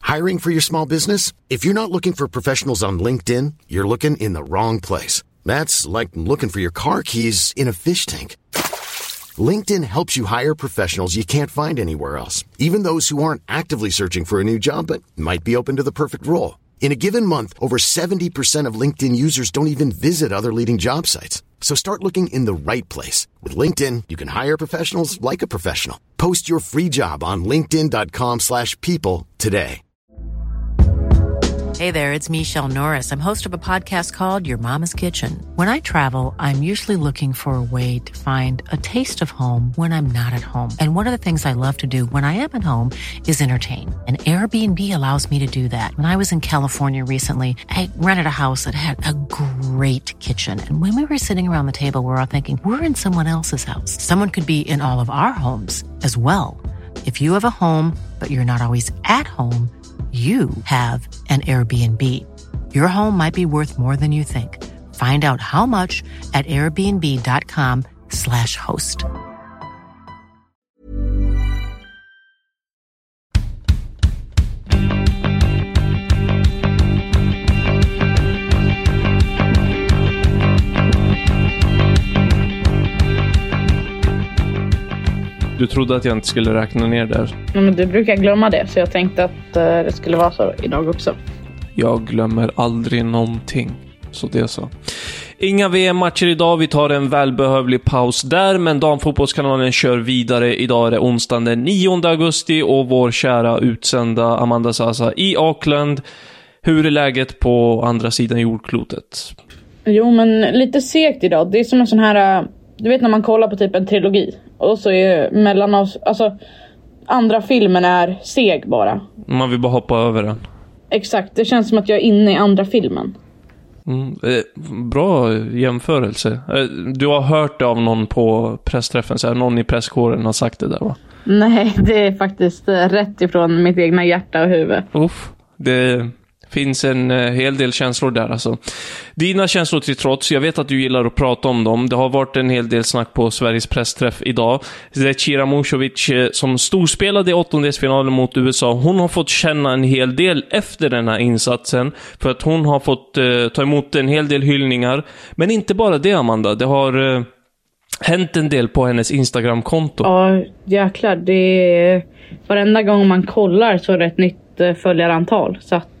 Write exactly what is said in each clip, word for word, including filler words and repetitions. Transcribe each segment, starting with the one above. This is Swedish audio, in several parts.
Hiring for your small business? If you're not looking for professionals on LinkedIn, you're looking in the wrong place. That's like looking for your car keys in a fish tank. LinkedIn helps you hire professionals you can't find anywhere else, even those who aren't actively searching for a new job but might be open to the perfect role. In a given month, over seventy percent of LinkedIn users don't even visit other leading job sites. So start looking in the right place. With LinkedIn, you can hire professionals like a professional. Post your free job on linkedin dot com slash people today. Hey there, it's Michelle Norris. I'm host of a podcast called Your Mama's Kitchen. When I travel, I'm usually looking for a way to find a taste of home when I'm not at home. And one of the things I love to do when I am at home is entertain. And Airbnb allows me to do that. When I was in California recently, I rented a house that had a great kitchen. And when we were sitting around the table, we were all thinking, we're in someone else's house. Someone could be in all of our homes as well. If you have a home, but you're not always at home, you have an Airbnb. Your home might be worth more than you think. Find out how much at airbnb dot com slash host. Du trodde att jag inte skulle räkna ner där. Ja, men du brukar glömma det, så jag tänkte att uh, det skulle vara så idag också. Jag glömmer aldrig någonting, så det är så. Inga V M-matcher idag, vi tar en välbehövlig paus där, men damfotbollskanalen kör vidare. Idag är det onsdagen den nionde augusti och vår kära utsända Amanda Sasa i Auckland. Hur är läget på andra sidan jordklotet? Jo, men lite segt idag. Det är som en sån här, du vet när man kollar på typ en trilogi och så är mellan oss, alltså andra filmen är seg bara. Man vill bara hoppa över den. Exakt, det känns som att jag är inne i andra filmen. Mm, eh, bra jämförelse. Eh, du har hört det av någon på pressträffen, så här, någon i presskåren har sagt det där, va? Nej, det är faktiskt rätt ifrån mitt egna hjärta och huvud. Uff, det finns en eh, hel del känslor där alltså. Dina känslor till trots, jag vet att du gillar att prata om dem. Det har varit en hel del snack på Sveriges pressträff idag. Zecira Musovic eh, som storspelade i åttondelsfinalen mot U S A, hon har fått känna en hel del efter den här insatsen, för att hon har fått eh, ta emot en hel del hyllningar. Men inte bara det, Amanda, det har eh, hänt en del på hennes Instagram-konto. Ja, jäklar, det är varenda gång man kollar så är det ett nytt eh, följarantal, så att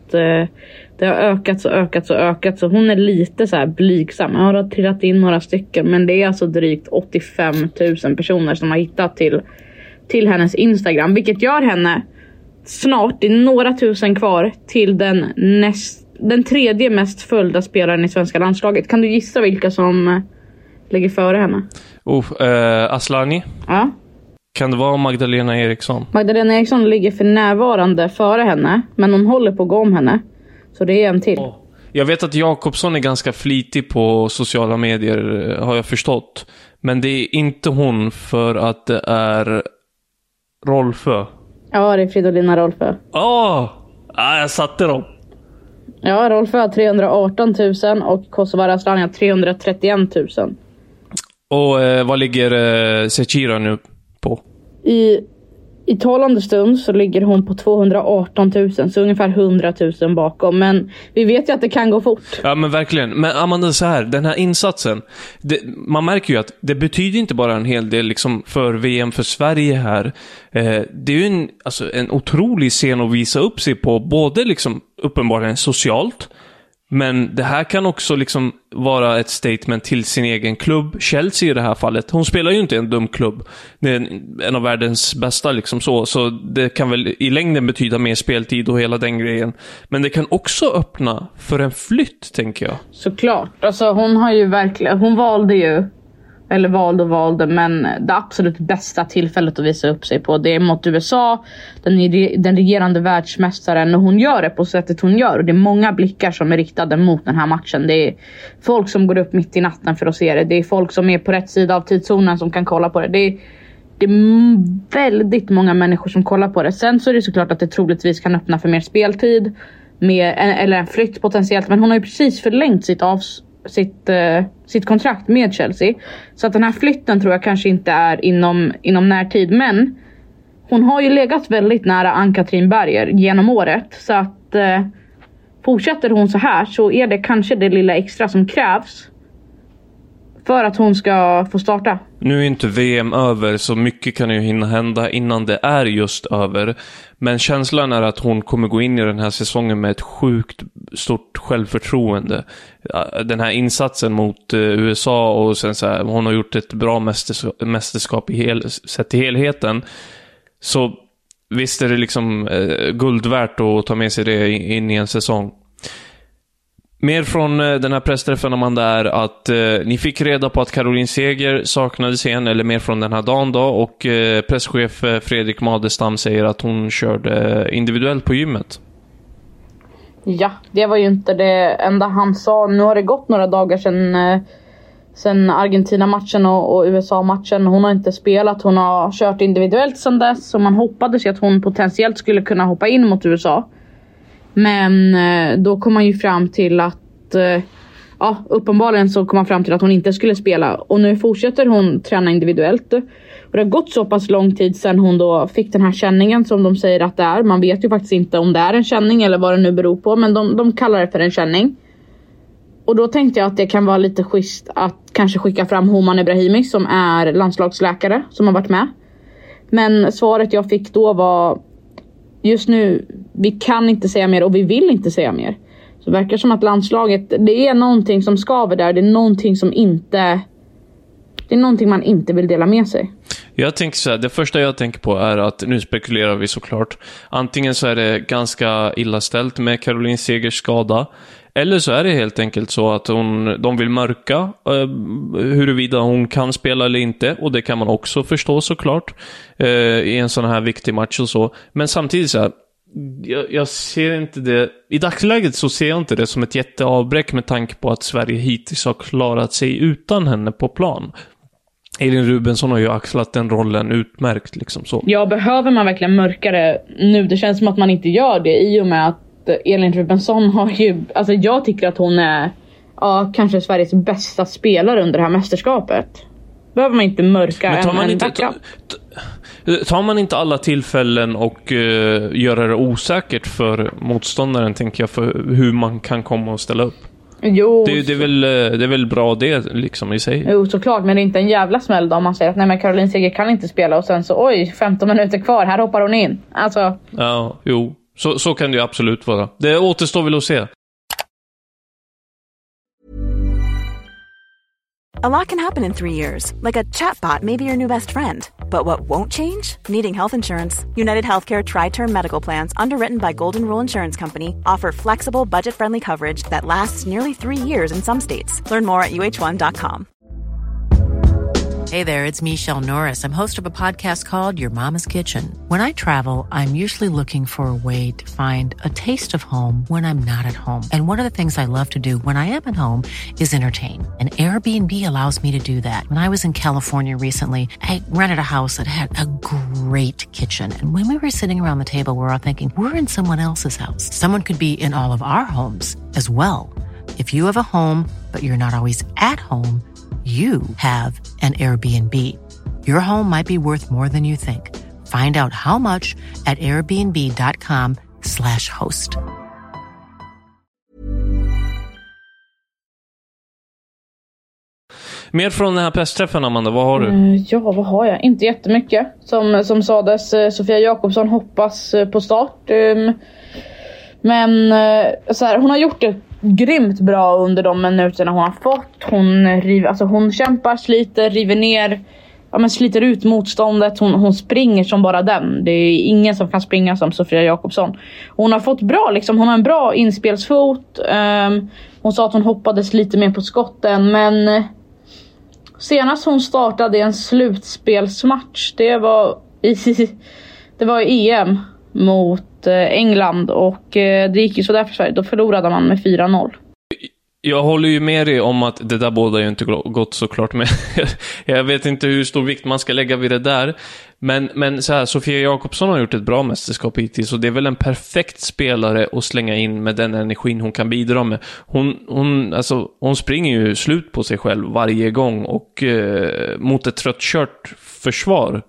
det har ökat och ökat och ökat. Så hon är lite så här blygsam. Jag har trillat in några stycken, men det är alltså drygt åttiofem tusen personer som har hittat till, till hennes Instagram, vilket gör henne snart, det är några tusen kvar till den, näst, den tredje mest följda spelaren i svenska landslaget. Kan du gissa vilka som ligger före henne? Oh, eh, Aslani? Ja. Kan det vara Magdalena Eriksson? Magdalena Eriksson ligger för närvarande före henne, men hon håller på att gå om henne. Så det är en till. Oh. Jag vet att Jakobsson är ganska flitig på sociala medier, har jag förstått. Men det är inte hon, för att det är Rolfö. Ja, det är Fridolina Rolfö. Åh! Oh! Ah, jag satte dem. Ja, Rolfö har trehundraarton tusen och Kosovare Asllani har trehundratrettioett tusen. Och eh, vad ligger eh, Zecira nu på? I, I talande stund så ligger hon på tvåhundraarton tusen, så ungefär hundra tusen bakom. Men vi vet ju att det kan gå fort. Ja, men verkligen. Men Amanda, så här, den här insatsen, det, man märker ju att det betyder inte bara en hel del liksom för V M för Sverige här. Eh, det är ju en, alltså, en otrolig scen att visa upp sig på, både liksom uppenbarligen socialt, men det här kan också liksom vara ett statement till sin egen klubb, Chelsea i det här fallet. Hon spelar ju inte i en dum klubb. Det är en, en av världens bästa liksom så. Så det kan väl i längden betyda mer speltid och hela den grejen. Men det kan också öppna för en flytt, tänker jag. Såklart. Alltså hon har ju verkligen, hon valde ju, eller valde och valde, men det absolut bästa tillfället att visa upp sig på, det är mot U S A, den, den regerande världsmästaren, och hon gör det på sättet hon gör, och det är många blickar som är riktade mot den här matchen. Det är folk som går upp mitt i natten för att se det, det är folk som är på rätt sida av tidszonen som kan kolla på det, det är, det är väldigt många människor som kollar på det. Sen så är det såklart att det troligtvis kan öppna för mer speltid, med, eller en flytt potentiellt, men hon har ju precis förlängt sitt avs Sitt, eh, sitt kontrakt med Chelsea. Så att den här flytten tror jag kanske inte är inom, inom närtid. Men hon har ju legat väldigt nära Ann-Katrin Berger genom året. Så att eh, fortsätter hon så här så är det kanske det lilla extra som krävs för att hon ska få starta. Nu är inte V M över, så mycket kan ju hinna hända innan det är just över. Men känslan är att hon kommer gå in i den här säsongen med ett sjukt stort självförtroende. Den här insatsen mot U S A och sen så här, hon har gjort ett bra mästerskap, mästerskap i hel, sett till helheten. Så visst är det liksom eh, guld värt att ta med sig det in i en säsong. Mer från den här pressträffen, Amanda, är att eh, ni fick reda på att Caroline Seger saknades igen, eller mer från den här dagen då, och eh, presschef Fredrik Madestam säger att hon körde individuellt på gymmet. Ja, det var ju inte det enda han sa. Nu har det gått några dagar sedan, eh, sedan Argentina-matchen och, och U S A-matchen. Hon har inte spelat, hon har kört individuellt sedan dess, så man hoppades ju att hon potentiellt skulle kunna hoppa in mot U S A. Men då kom man ju fram till att ja, uppenbarligen så kom man fram till att hon inte skulle spela. Och nu fortsätter hon träna individuellt. Och det har gått så pass lång tid sedan hon då fick den här känningen som de säger att det är. Man vet ju faktiskt inte om det är en känning eller vad det nu beror på, men de, de kallar det för en känning. Och då tänkte jag att det kan vara lite schysst att kanske skicka fram Homan Ebrahimi som är landslagsläkare som har varit med. Men svaret jag fick då var: just nu, vi kan inte säga mer och vi vill inte säga mer. Så det verkar som att landslaget, det är någonting som skaver där. Det är någonting som inte, det är någonting man inte vill dela med sig. Jag tänker så här, det första jag tänker på är att, nu spekulerar vi såklart, antingen så är det ganska illa ställt med Caroline Segers skada, eller så är det helt enkelt så att hon, de vill mörka eh, huruvida hon kan spela eller inte. Och det kan man också förstå såklart eh, i en sån här viktig match och så. Men samtidigt så här, jag, jag ser inte det, i dagsläget så ser jag inte det som ett jätteavbräck med tanke på att Sverige hittills har klarat sig utan henne på plan. Elin Rubensson har ju axlat den rollen utmärkt liksom så. Ja, behöver man verkligen mörka det nu? Det känns som att man inte gör det i och med att Elin Rubensson har ju, alltså jag tycker att hon är ja, kanske Sveriges bästa spelare under det här mästerskapet. Behöver man inte mörka Men tar en, man en inte, backup? ta, tar man inte alla tillfällen och uh, göra det osäkert för motståndaren, tänker jag, för hur man kan komma och ställa upp? Jo, det, det, är väl, det är väl bra det liksom i sig. Jo, såklart, men det är inte en jävla smäll då om man säger att nej, men Caroline Seger kan inte spela och sen så oj, femton minuter kvar, här hoppar hon in. Alltså. Ja, jo. Så, så kan det ju absolut vara. Det återstår väl att se. A lot can happen in three years. Like a chatbot may be your new best friend. But what won't change? Needing health insurance. United Healthcare Tri-Term Medical Plans, underwritten by Golden Rule Insurance Company, offer flexible, budget-friendly coverage that lasts nearly three years in some states. Learn more at U H one dot com. Hey there, it's Michelle Norris. I'm host of a podcast called Your Mama's Kitchen. When I travel, I'm usually looking for a way to find a taste of home when I'm not at home. And one of the things I love to do when I am at home is entertain. And Airbnb allows me to do that. When I was in California recently, I rented a house that had a great kitchen. And when we were sitting around the table, we were all thinking, we're in someone else's house. Someone could be in all of our homes as well. If you have a home, but you're not always at home, you have an Airbnb. Your home might be worth more than you think. Find out how much at airbnb.com slash host. Mer från den här pressträffen, Amanda, vad har du? Uh, ja, vad har jag? Inte jättemycket. Som, som sades, Sofia Jakobsson hoppas på start. Um, men uh, så här, hon har gjort det grymt bra under de minuterna hon har fått. Hon, riv, alltså hon kämpar, sliter, river ner, ja, men sliter ut motståndet. Hon, hon springer som bara den. Det är ingen som kan springa som Sofia Jakobsson. Hon har fått bra, liksom, hon har en bra inspelsfot. Um, hon sa att hon hoppades lite mer på skotten, men senast hon startade i en slutspelsmatch, det var i, det var i E M mot England, och det gick ju så där för Sverige. Då förlorade man med fyra noll. Jag håller ju med dig om att det där båda ju inte gått såklart, med. Jag vet inte hur stor vikt man ska lägga vid det där. Men, men så här, Sofia Jakobsson har gjort ett bra mästerskap hittills, och det är väl en perfekt spelare att slänga in med den energin hon kan bidra med. Hon, hon, alltså, hon springer ju slut på sig själv varje gång, och eh, mot ett tröttkört försvar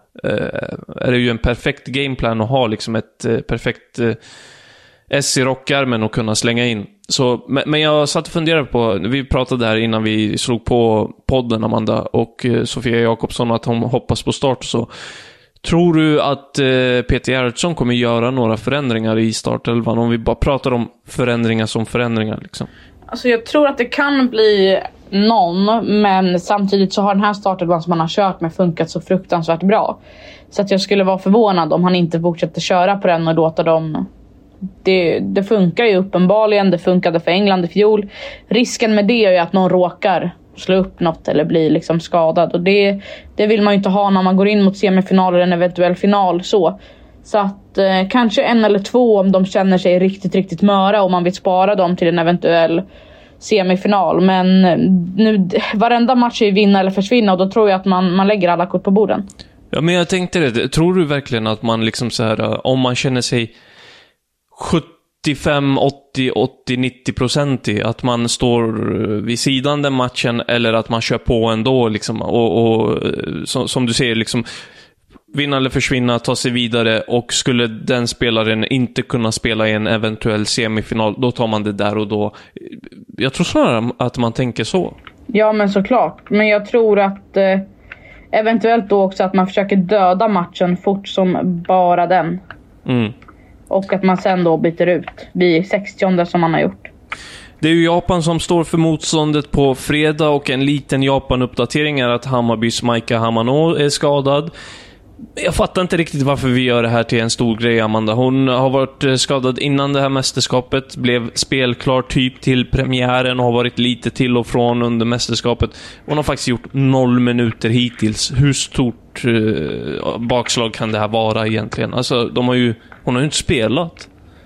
eh, är det ju en perfekt gameplan att ha liksom ett eh, perfekt eh, S i rockärmen och kunna slänga in. Så, men, men jag satt och funderade på, vi pratade här innan vi slog på podden, Amanda och eh, Sofia Jakobsson, att hon hoppas på start. Så tror du att eh, Peter Gerhardsson kommer göra några förändringar i startelvan, om vi bara pratar om förändringar som förändringar liksom? Alltså jag tror att det kan bli någon, men samtidigt så har den här startelvan som han har kört med funkat så fruktansvärt bra. Så att jag skulle vara förvånad om han inte fortsätter köra på den och låta dem... Det, det funkar ju uppenbarligen, det funkade för England i fjol. Risken med det är ju att någon råkar slå upp något eller bli liksom skadad. Och det, det vill man ju inte ha när man går in mot semifinaler eller en eventuell final. Så, så att eh, kanske en eller två om de känner sig riktigt, riktigt möra och man vill spara dem till en eventuell semifinal. Men nu, varenda match är ju vinna eller försvinna och då tror jag att man, man lägger alla kort på borden. Ja, men jag tänkte det. Tror du verkligen att man liksom så här, om man känner sig sjuttiofem, åttio, åttio, nittio procent i att man står vid sidan den matchen, eller att man kör på ändå liksom, och, och som, som du säger liksom, vinna eller försvinna, ta sig vidare, och skulle den spelaren inte kunna spela i en eventuell semifinal, då tar man det där och då. Jag tror snarare att man tänker så. Ja, men såklart. Men jag tror att eh, eventuellt då också att man försöker döda matchen fort som bara den. Mm. Och att man sen då byter ut vid sextionde som man har gjort. Det är ju Japan som står för motståndet på fredag, och en liten Japan-uppdatering är att Hammarbys Maika Hamano är skadad. Jag fattar inte riktigt varför vi gör det här till en stor grej, Amanda. Hon har varit skadad innan det här mästerskapet, blev spelklar typ till premiären och har varit lite till och från under mästerskapet. Hon har faktiskt gjort noll minuter hittills. Hur stort eh, bakslag kan det här vara egentligen? Alltså, de har ju, hon har ju inte spelat.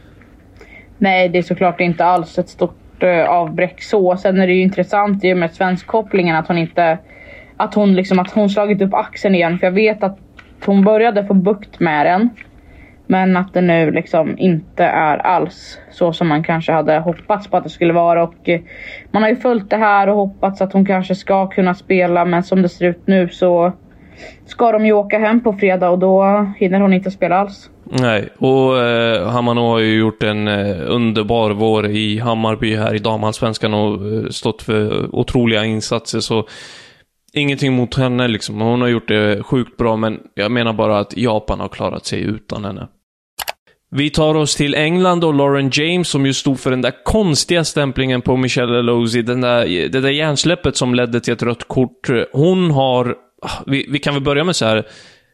Nej, det är såklart inte alls ett stort eh, avbräck så. Sen är det ju intressant i med svensk kopplingen att hon inte, att hon liksom, att hon slagit upp axeln igen. För jag vet att hon började få bukt med den, men att det nu liksom inte är alls så som man kanske hade hoppats på att det skulle vara. Och man har ju följt det här och hoppats att hon kanske ska kunna spela, men som det ser ut nu så ska de ju åka hem på fredag och då hinner hon inte spela alls. Nej, och eh, Hamano har ju gjort en eh, underbar vår i Hammarby här i damallsvenskan och eh, stått för otroliga insatser, så ingenting mot henne liksom. Hon har gjort det sjukt bra, men jag menar bara att Japan har klarat sig utan henne. Vi tar oss till England och Lauren James, som ju stod för den där konstiga stämplingen på Michelle Alozzi, den där, det där hjärnsläppet som ledde till ett rött kort. Hon har, vi, vi kan väl börja med så här.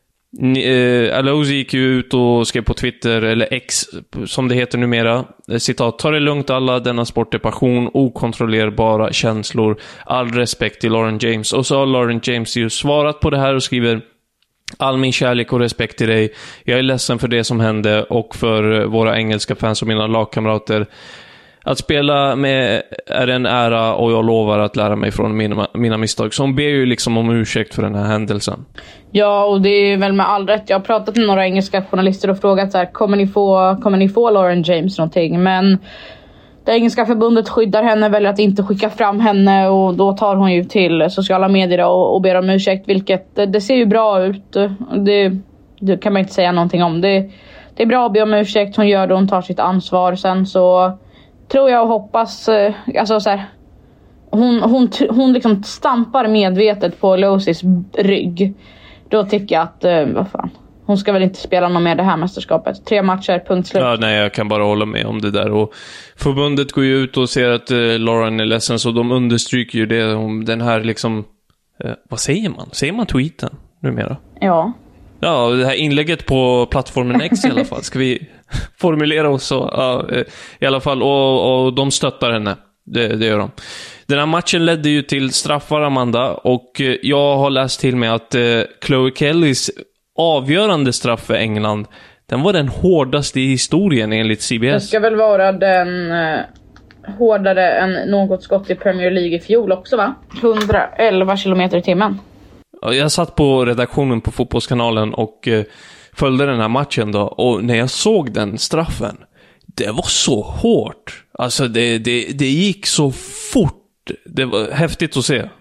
Uh, Alozzi gick ju ut och skrev på Twitter, eller X som det heter numera, citat: ta det lugnt alla, denna sport är passion, okontrollerbara känslor, all respekt till Lauren James. Och så har Lauren James ju svarat på det här och skriver: all min kärlek och respekt till dig, jag är ledsen för det som hände och för våra engelska fans och mina lagkamrater. Att spela med är en ära och jag lovar att lära mig från mina, mina misstag. Så hon ber ju liksom om ursäkt för den här händelsen. Ja, och det är väl med all rätt. Jag har pratat med några engelska journalister och frågat så här: kommer ni få, kommer ni få Lauren James någonting? Men det engelska förbundet skyddar henne, väljer att inte skicka fram henne, och då tar hon ju till sociala medier och, och ber om ursäkt, vilket det ser ju bra ut. Det, det kan man inte säga någonting om. Det, det är bra att be om ursäkt, hon gör det, hon tar sitt ansvar. Sen så tror jag och hoppas, alltså så här, hon, hon, hon liksom stampar medvetet på Losis rygg. Då tycker jag att, vad fan, hon ska väl inte spela någon mer det här mästerskapet. Tre matcher, punkt slut. Ja, nej, jag kan bara hålla med om det där. Och förbundet går ju ut och ser att eh, Lauren är ledsen, så de understryker ju det om den här liksom, eh, vad säger man? Säger man tweeten numera? Ja. Ja, det här inlägget på plattformen X i alla fall. Ska vi formulera oss så? Ja, i alla fall. Och, och de stöttar henne. Det, det gör de. Den här matchen ledde ju till straffar, Amanda. Och jag har läst till mig att eh, Chloe Kellys avgörande straff för England, den var den hårdaste i historien enligt C B S. Det ska väl vara den eh, hårdare än något skott i Premier League i fjol också, va? hundraelva kilometer i timmen. Jag satt på redaktionen på Fotbollskanalen och eh, följde den här matchen då, och när jag såg den straffen, det var så hårt. Alltså det, det, det gick så fort. Det var häftigt att se.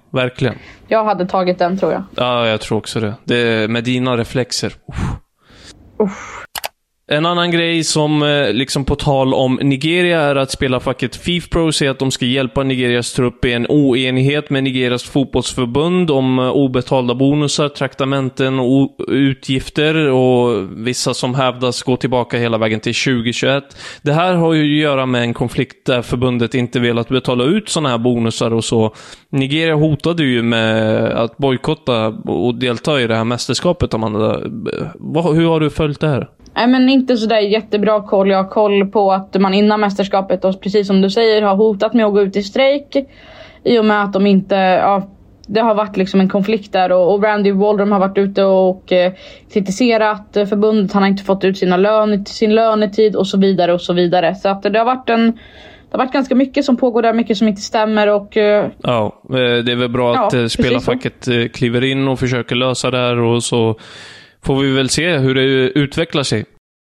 verkligen. Jag hade tagit den, tror jag. Ja, jag tror också det. Det med dina reflexer. Uff. Uff. En annan grej som liksom på tal om Nigeria är att spelarfacket FIFPro säger att de ska hjälpa Nigerias trupp i en oenighet med Nigerias fotbollsförbund om obetalda bonusar, traktamenten och utgifter, och vissa som hävdas gå tillbaka hela vägen till tjugohundratjugoett. Det här har ju att göra med en konflikt där förbundet inte velat betala ut såna här bonusar och så. Nigeria hotade ju med att bojkotta och delta i det här mästerskapet. Amanda. Hur har du följt det här? Nej, men inte så där jättebra koll. Jag har koll på att man innan mästerskapet, och precis som du säger, har hotat med att gå ut i strejk i och med att de inte, ja, det har varit liksom en konflikt där, och, och Randy Waldrum har varit ute och eh, kritiserat förbundet. Han har inte fått ut sina lön, sin lönetid och så vidare och så vidare. Så att det har varit en Det har varit ganska mycket som pågår där, mycket som inte stämmer. Och, ja, det är väl bra att ja, spelarfacket kliver in och försöker lösa det här, och så får vi väl se hur det utvecklar sig.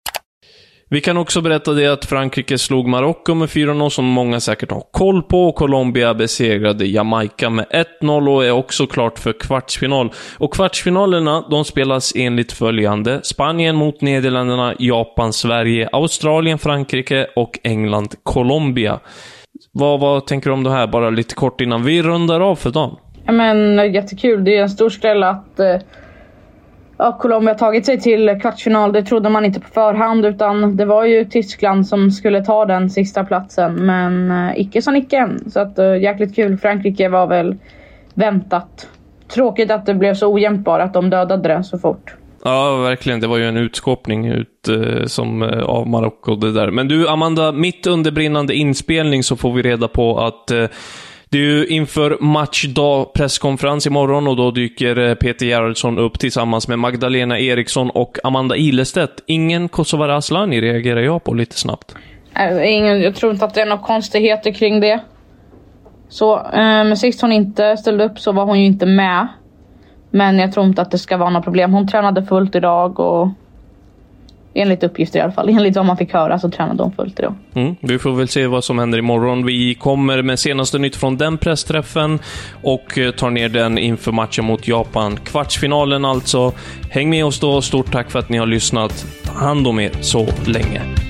Vi kan också berätta det att Frankrike slog Marocko med fyra noll, som många säkert har koll på. Colombia besegrade Jamaica med ett noll och är också klart för kvartsfinal. Och kvartsfinalerna, de spelas enligt följande: Spanien mot Nederländerna, Japan, Sverige, Australien, Frankrike och England, Colombia. Vad, vad tänker du om det här? Bara lite kort innan vi rundar av för dagen. Ja, men jättekul. Det är en stor skräll att eh... Ja, Colombia har tagit sig till kvartsfinal. Det trodde man inte på förhand, utan det var ju Tyskland som skulle ta den sista platsen. Men äh, icke som icke. Så att äh, jäkligt kul. Frankrike var väl väntat. Tråkigt att det blev så ojämnt bara, att de dödade det så fort. Ja, verkligen. Det var ju en utskåpning ut eh, som eh, av Marocko det där. Men du, Amanda, mitt under brinnande inspelning så får vi reda på att eh, det är ju inför matchdag presskonferens imorgon, och då dyker Peter Gerhardsson upp tillsammans med Magdalena Eriksson och Amanda Ilestedt. Ingen Kosovare Asllani reagerar jag på lite snabbt. Ingen, jag tror inte att det är några konstigheter kring det. Så, eh, men sist hon inte ställde upp så var hon ju inte med. Men jag tror inte att det ska vara några problem. Hon tränade fullt idag, och enligt uppgifter i alla fall, enligt vad man fick höra, så tränade de fullt idag. Mm, vi får väl se vad som händer imorgon. Vi kommer med senaste nytt från den pressträffen och tar ner den inför matchen mot Japan. Kvartsfinalen alltså. Häng med oss då. Stort tack för att ni har lyssnat. Ta hand om er så länge.